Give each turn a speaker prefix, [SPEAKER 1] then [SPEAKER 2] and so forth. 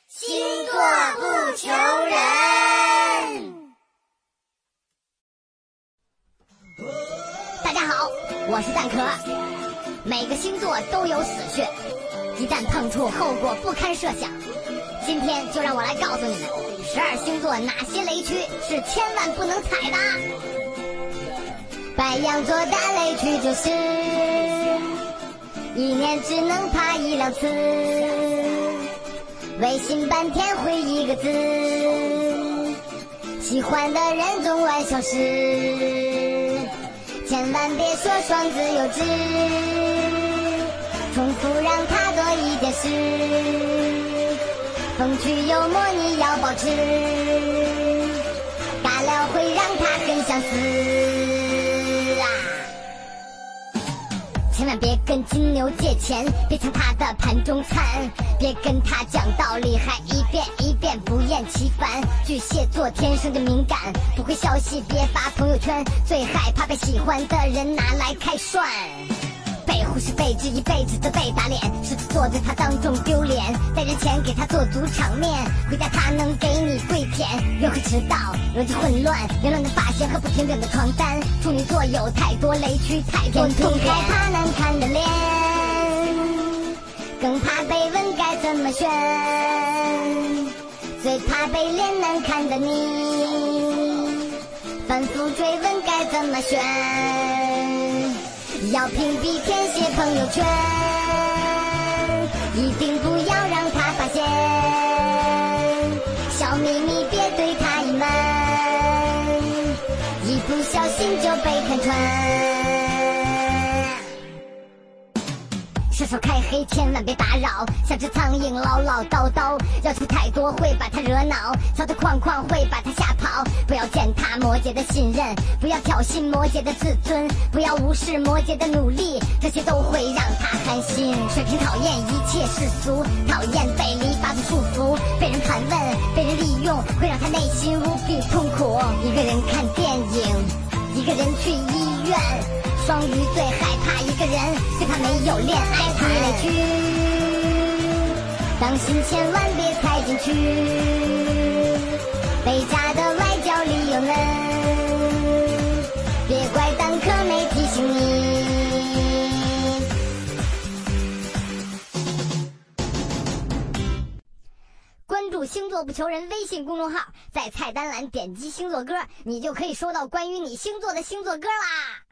[SPEAKER 1] 星座不求人。
[SPEAKER 2] 大家好，我是蛋壳。每个星座都有死穴，一旦碰触，后果不堪设想。今天就让我来告诉你们，12星座哪些雷区是千万不能踩的。白羊座的雷区就是一年只能爬1、2次，微信半天回一个字，喜欢的人总爱消失，千万别说双子幼稚，重复让他做一件事，风趣幽默你要保持，尬聊会让他很相似啊！千万别跟金牛借钱，别抢他的盘中餐，别跟他讲道理还一遍一遍不厌其烦。巨蟹座天生就敏感，不回消息别发朋友圈，最害怕被喜欢的人拿来开涮。被忽视被质疑被指责被打脸，狮子座对他当众丢脸，带人前给他做足场面，回家他能给你跪舔。约会迟到逻辑混乱，凌乱的发型和不平整的床单，处女座有太多雷区太多痛害怕难看的脸，更怕被问该怎么选，最怕被脸难看的你反复追问该怎么选，要屏蔽填写朋友圈，一定不要让他发现，小秘密别对他隐瞒，一不小心就被看穿。射手开黑千万别打扰，像只苍蝇唠唠叨叨，要求太多会把他惹恼，条条框框会把他吓跑。不要践踏摩羯的信任，不要挑衅摩羯的自尊，不要无视摩羯的努力，这些都会让他寒心。水瓶讨厌一切世俗，讨厌被篱笆的束缚，被人盘问被人利用，会让他内心无比痛苦。一个人看电影，一个人去医院，双鱼最害怕一个人，最怕没有恋爱谈雷区，当心千万别踩进去，被炸的外交里有人，别怪蛋壳没提醒你。关注星座不求人微信公众号，在菜单栏点击星座歌，你就可以收到关于你星座的星座歌啦。